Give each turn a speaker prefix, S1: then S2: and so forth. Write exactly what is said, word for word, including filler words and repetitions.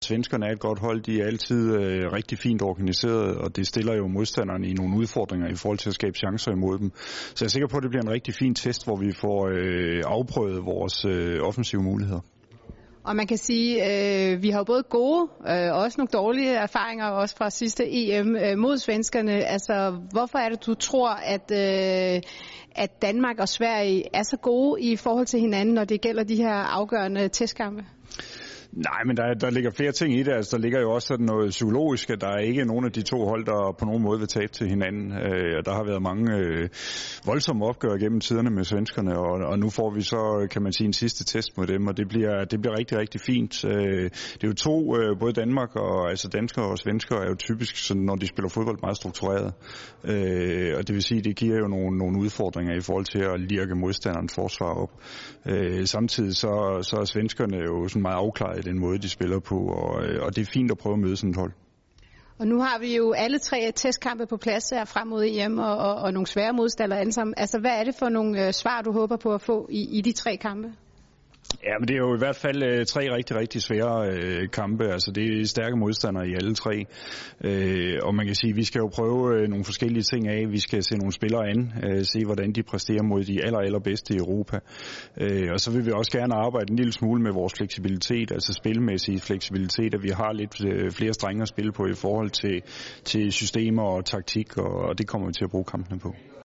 S1: svenskerne er et godt hold. De er altid øh, rigtig fint organiseret, og det stiller jo modstanderne i nogle udfordringer i forhold til at skabe chancer imod dem. Så jeg er sikker på, at det bliver en rigtig fin test, hvor vi får øh, afprøvet vores øh, offensive muligheder.
S2: Og man kan sige, at øh, vi har jo både gode øh, og også nogle dårlige erfaringer, også fra sidste E M øh, mod svenskerne. Altså, hvorfor er det, du tror, at, øh, at Danmark og Sverige er så gode i forhold til hinanden, når det gælder de her afgørende testkampe?
S1: Nej, men der, der ligger flere ting i det. Altså, der ligger jo også sådan noget psykologisk, at der er ikke nogen af de to hold, der på nogen måde vil tabe til hinanden. Øh, og der har været mange øh, voldsomme opgør gennem tiderne med svenskerne, og, og nu får vi så, kan man sige, en sidste test mod dem, og det bliver, det bliver rigtig, rigtig fint. Øh, det er jo to, øh, både Danmark og altså danskere og svenskere er jo typisk, sådan, når de spiller fodbold, meget struktureret. Øh, og det vil sige, det giver jo nogle, nogle udfordringer i forhold til at lirke modstanderens forsvar op. Øh, samtidig så, så er svenskerne jo sådan meget afklaret i den måde, de spiller på, og, og det er fint at prøve at møde sådan et hold.
S2: Og nu har vi jo alle tre testkampe på plads her frem mod E M, og, og, og nogle svære modstandere alle sammen. Altså, hvad er det for nogle øh, svar, du håber på at få i, i de tre kampe?
S1: Ja, men det er jo i hvert fald øh, tre rigtig, rigtig svære øh, kampe. Altså, det er stærke modstandere i alle tre. Øh, og man kan sige, at vi skal jo prøve øh, nogle forskellige ting af. Vi skal se nogle spillere an, øh, se hvordan de præsterer mod de aller, allerbedste i Europa. Øh, og så vil vi også gerne arbejde en lille smule med vores fleksibilitet, altså spilmæssig fleksibilitet, at vi har lidt øh, flere strenge at spille på i forhold til, til systemer og taktik, og, og det kommer vi til at bruge kampene på.